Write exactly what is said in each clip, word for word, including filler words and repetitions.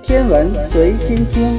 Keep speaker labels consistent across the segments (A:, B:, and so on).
A: 天文随心听，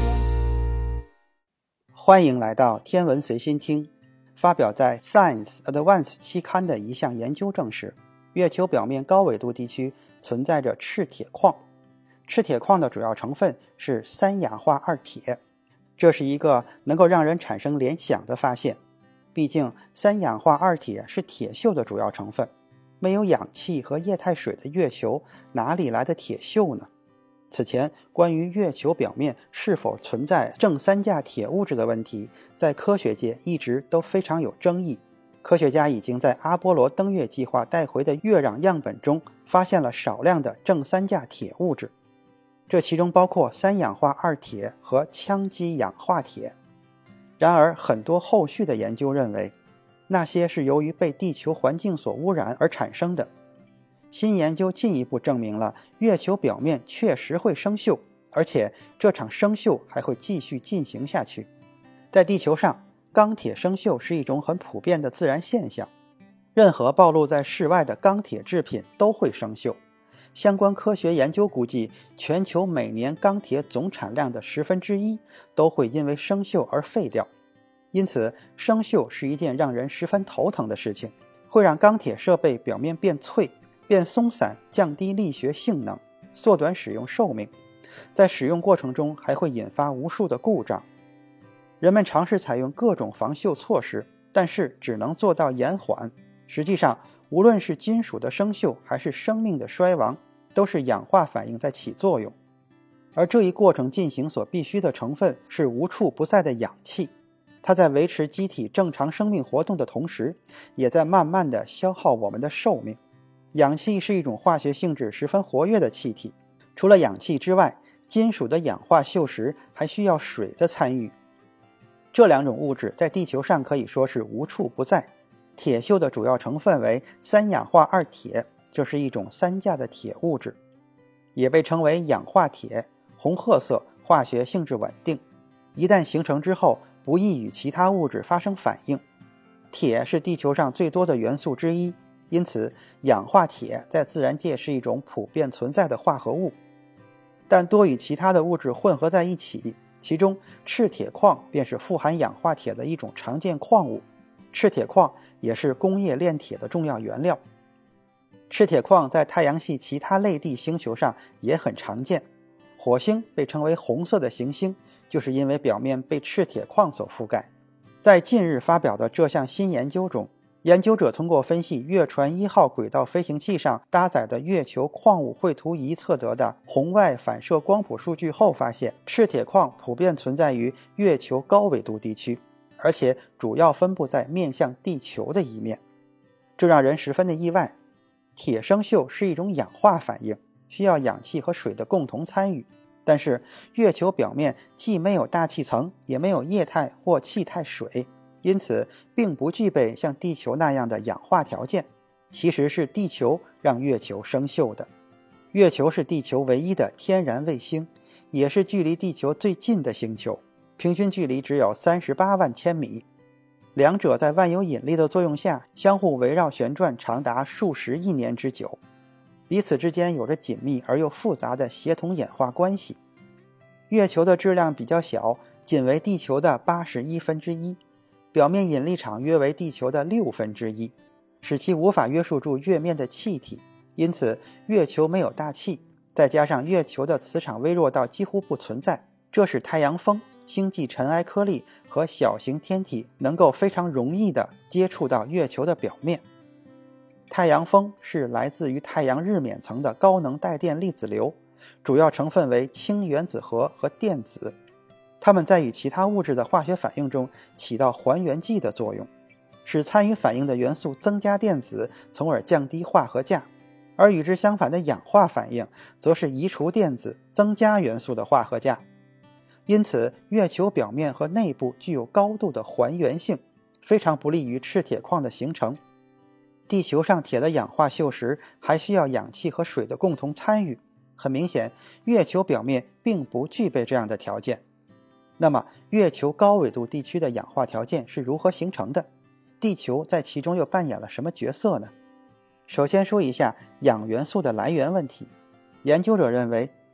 B: 欢迎来到天文随心听。发表在 Science Advance 期刊的一项研究证实，月球表面高纬度地区存在着赤铁矿。赤铁矿的主要成分是三氧化二铁，这是一个能够让人产生联想的发现。毕竟三氧化二铁是铁锈的主要成分，没有氧气和液态水的月球哪里来的铁锈呢？此前关于月球表面是否存在正三价铁物质的问题，在科学界一直都非常有争议。科学家已经在阿波罗登月计划带回的月壤样本中发现了少量的正三价铁物质，这其中包括三氧化二铁和羟基氧化铁。然而很多后续的研究认为，那些是由于被地球环境所污染而产生的。新研究进一步证明了月球表面确实会生锈，而且这场生锈还会继续进行下去。在地球上，钢铁生锈是一种很普遍的自然现象，任何暴露在室外的钢铁制品都会生锈。相关科学研究估计，全球每年钢铁总产量的十分之一都会因为生锈而废掉。因此，生锈是一件让人十分头疼的事情，会让钢铁设备表面变脆、变松散，降低力学性能，缩短使用寿命。在使用过程中还会引发无数的故障。人们尝试采用各种防锈措施，但是只能做到延缓。实际上，无论是金属的生锈还是生命的衰亡，都是氧化反应在起作用。而这一过程进行所必需的成分是无处不在的氧气，它在维持机体正常生命活动的同时，也在慢慢地消耗我们的寿命。氧气是一种化学性质十分活跃的气体，除了氧气之外，金属的氧化锈蚀还需要水的参与。这两种物质在地球上可以说是无处不在。铁锈的主要成分为三氧化二铁，这是一种三价的铁物质，也被称为氧化铁，红褐色，化学性质稳定，一旦形成之后不易与其他物质发生反应。铁是地球上最多的元素之一，因此氧化铁在自然界是一种普遍存在的化合物，但多与其他的物质混合在一起，其中赤铁矿便是富含氧化铁的一种常见矿物。赤铁矿也是工业炼铁的重要原料。赤铁矿在太阳系其他类地星球上也很常见，火星被称为红色的行星，就是因为表面被赤铁矿所覆盖。在近日发表的这项新研究中，研究者通过分析月船一号轨道飞行器上搭载的月球矿物绘图仪测得的红外反射光谱数据后发现，赤铁矿普遍存在于月球高纬度地区，而且主要分布在面向地球的一面，这让人十分的意外。铁生锈是一种氧化反应，需要氧气和水的共同参与，但是月球表面既没有大气层，也没有液态或气态水，因此并不具备像地球那样的氧化条件。其实是地球让月球生锈的。月球是地球唯一的天然卫星，也是距离地球最近的星球，平均距离只有三十八万千米。两者在万有引力的作用下相互围绕旋转长达数十亿年之久，彼此之间有着紧密而又复杂的协同演化关系。月球的质量比较小，仅为地球的八十一分之一，表面引力场约为地球的六分之一，使其无法约束住月面的气体，因此月球没有大气，再加上月球的磁场微弱到几乎不存在，这使太阳风、星际尘埃颗粒和小型天体能够非常容易地接触到月球的表面。太阳风是来自于太阳日冕层的高能带电粒子流，主要成分为氢原子核和电子，它们在与其他物质的化学反应中起到还原剂的作用，使参与反应的元素增加电子，从而降低化合价。而与之相反的氧化反应则是移除电子，增加元素的化合价。因此月球表面和内部具有高度的还原性，非常不利于赤铁矿的形成。地球上铁的氧化锈蚀还需要氧气和水的共同参与，很明显月球表面并不具备这样的条件。那么月球高纬度地区的氧化条件是如何形成的？地球在其中又扮演了什么角色呢？首先说一下氧元素的来源问题。研究者认为，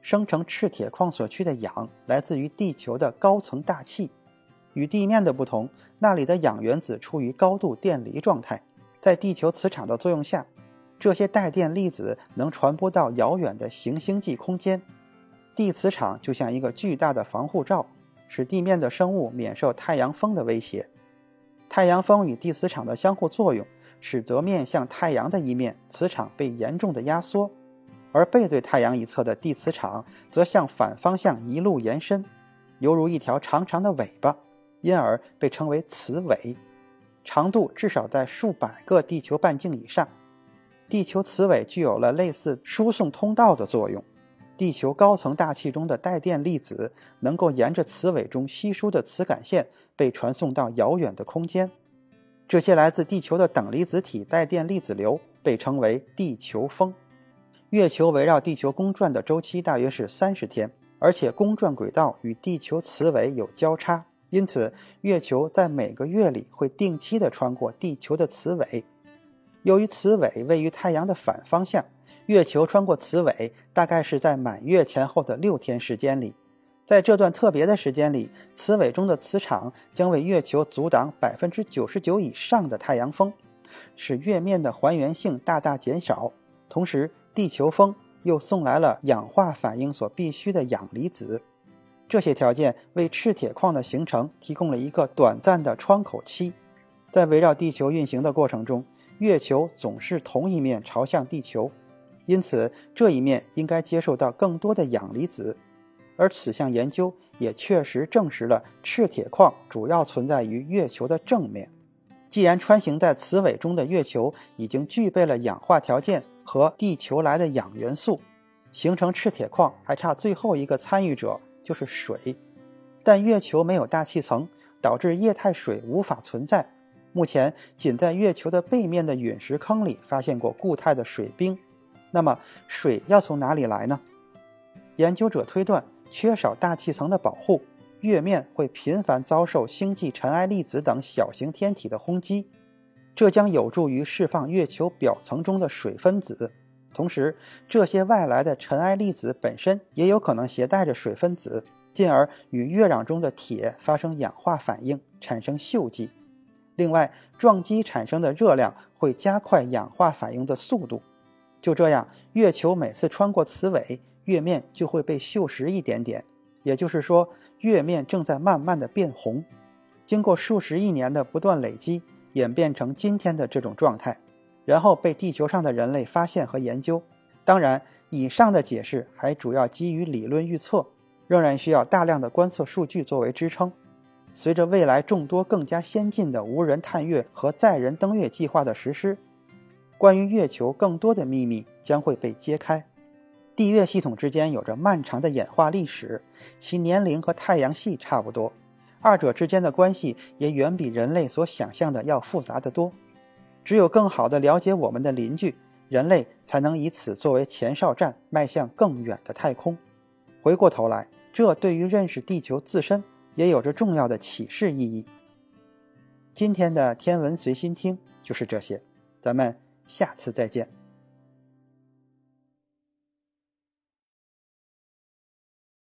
B: 生成赤铁矿所需的氧来自于地球的高层大气。与地面的不同，那里的氧原子处于高度电离状态，在地球磁场的作用下，这些带电粒子能传播到遥远的行星际空间。地磁场就像一个巨大的防护罩，使地面的生物免受太阳风的威胁。太阳风与地磁场的相互作用，使得面向太阳的一面磁场被严重的压缩，而背对太阳一侧的地磁场则向反方向一路延伸，犹如一条长长的尾巴，因而被称为磁尾，长度至少在数百个地球半径以上。地球磁尾具有了类似输送通道的作用，地球高层大气中的带电粒子能够沿着磁尾中稀疏的磁感线被传送到遥远的空间。这些来自地球的等离子体带电粒子流被称为地球风。月球围绕地球公转的周期大约是三十天，而且公转轨道与地球磁尾有交叉，因此月球在每个月里会定期地穿过地球的磁尾。由于磁尾位于太阳的反方向，月球穿过磁尾大概是在满月前后的六天时间里。在这段特别的时间里，磁尾中的磁场将为月球阻挡 百分之九十九 以上的太阳风，使月面的还原性大大减少。同时，地球风又送来了氧化反应所必需的氧离子。这些条件为赤铁矿的形成提供了一个短暂的窗口期。在围绕地球运行的过程中，月球总是同一面朝向地球，因此这一面应该接受到更多的氧离子。而此项研究也确实证实了赤铁矿主要存在于月球的正面。既然穿行在磁尾中的月球已经具备了氧化条件和地球来的氧元素，形成赤铁矿还差最后一个参与者，就是水。但月球没有大气层，导致液态水无法存在。目前仅在月球的背面的陨石坑里发现过固态的水冰。那么水要从哪里来呢？研究者推断，缺少大气层的保护，月面会频繁遭受星际尘埃粒子等小型天体的轰击，这将有助于释放月球表层中的水分子。同时，这些外来的尘埃粒子本身也有可能携带着水分子，进而与月壤中的铁发生氧化反应，产生锈迹。另外，撞击产生的热量会加快氧化反应的速度。就这样，月球每次穿过磁尾，月面就会被锈蚀一点点，也就是说，月面正在慢慢的变红。经过数十亿年的不断累积，演变成今天的这种状态，然后被地球上的人类发现和研究。当然，以上的解释还主要基于理论预测，仍然需要大量的观测数据作为支撑。随着未来众多更加先进的无人探月和载人登月计划的实施，关于月球更多的秘密将会被揭开。地月系统之间有着漫长的演化历史，其年龄和太阳系差不多，二者之间的关系也远比人类所想象的要复杂得多。只有更好地了解我们的邻居，人类才能以此作为前哨站，迈向更远的太空。回过头来，这对于认识地球自身也有着重要的启示意义。今天的天文随心听就是这些，咱们下次再见。